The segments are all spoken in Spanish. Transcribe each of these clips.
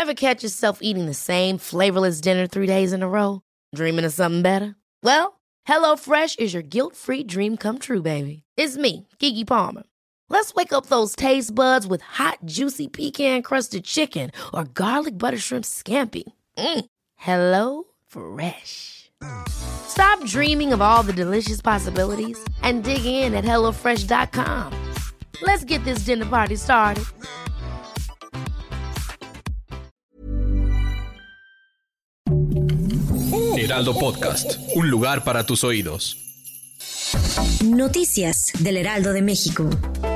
Ever catch yourself eating the same flavorless dinner 3 days in a row? Dreaming of something better? Well, HelloFresh is your guilt-free dream come true, baby. It's me, Keke Palmer. Let's wake up those taste buds with hot, juicy pecan-crusted chicken or garlic butter shrimp scampi. Hello Fresh. Stop dreaming of all the delicious possibilities and dig in at HelloFresh.com. Let's get this dinner party started. Heraldo Podcast, un lugar para tus oídos. Noticias del Heraldo de México.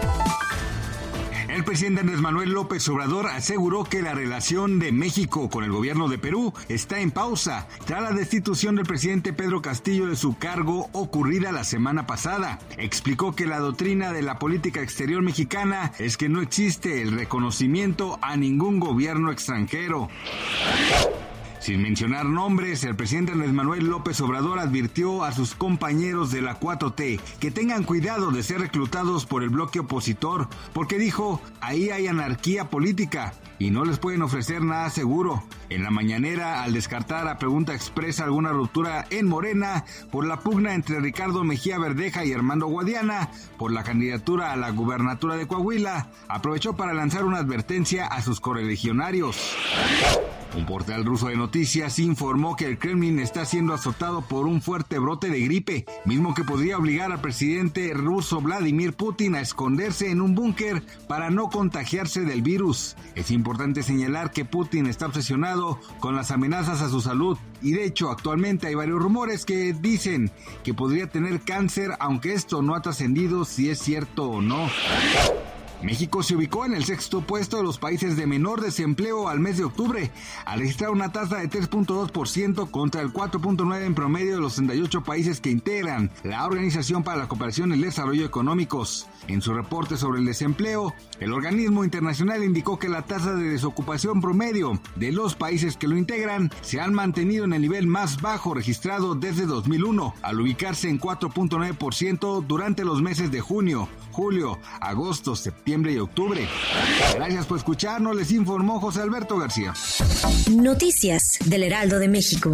El presidente Andrés Manuel López Obrador aseguró que la relación de México con el gobierno de Perú está en pausa tras la destitución del presidente Pedro Castillo de su cargo ocurrida la semana pasada. Explicó que la doctrina de la política exterior mexicana es que no existe el reconocimiento a ningún gobierno extranjero. Sin mencionar nombres, el presidente Andrés Manuel López Obrador advirtió a sus compañeros de la 4T que tengan cuidado de ser reclutados por el bloque opositor, porque dijo, ahí hay anarquía política y no les pueden ofrecer nada seguro. En la mañanera, al descartar a pregunta expresa alguna ruptura en Morena por la pugna entre Ricardo Mejía Verdeja y Armando Guadiana por la candidatura a la gubernatura de Coahuila, aprovechó para lanzar una advertencia a sus correligionarios. Un portal ruso de noticias informó que el Kremlin está siendo azotado por un fuerte brote de gripe, mismo que podría obligar al presidente ruso Vladimir Putin a esconderse en un búnker para no contagiarse del virus. Es importante señalar que Putin está obsesionado con las amenazas a su salud y de hecho actualmente hay varios rumores que dicen que podría tener cáncer, aunque esto no ha trascendido si es cierto o no. México se ubicó en el sexto puesto de los países de menor desempleo al mes de octubre, al registrar una tasa de 3.2% contra el 4.9% en promedio de los 68 países que integran la Organización para la Cooperación y el Desarrollo Económicos. En su reporte sobre el desempleo, el organismo internacional indicó que la tasa de desocupación promedio de los países que lo integran se han mantenido en el nivel más bajo registrado desde 2001, al ubicarse en 4.9% durante los meses de junio, julio, agosto, septiembre y octubre. Gracias por escucharnos, les informó José Alberto García. Noticias del Heraldo de México.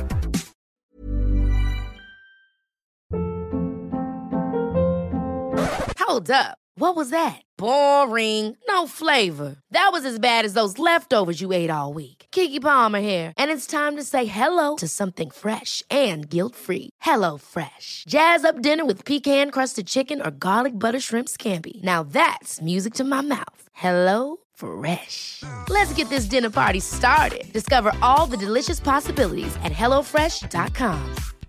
Hold up. What was that? Boring. No flavor. That was as bad as those leftovers you ate all week. Keke Palmer here, and it's time to say hello to something fresh and guilt-free. Hello Fresh. Jazz up dinner with pecan-crusted chicken or garlic butter shrimp scampi. Now that's music to my mouth. Hello Fresh. Let's get this dinner party started. Discover all the delicious possibilities at HelloFresh.com.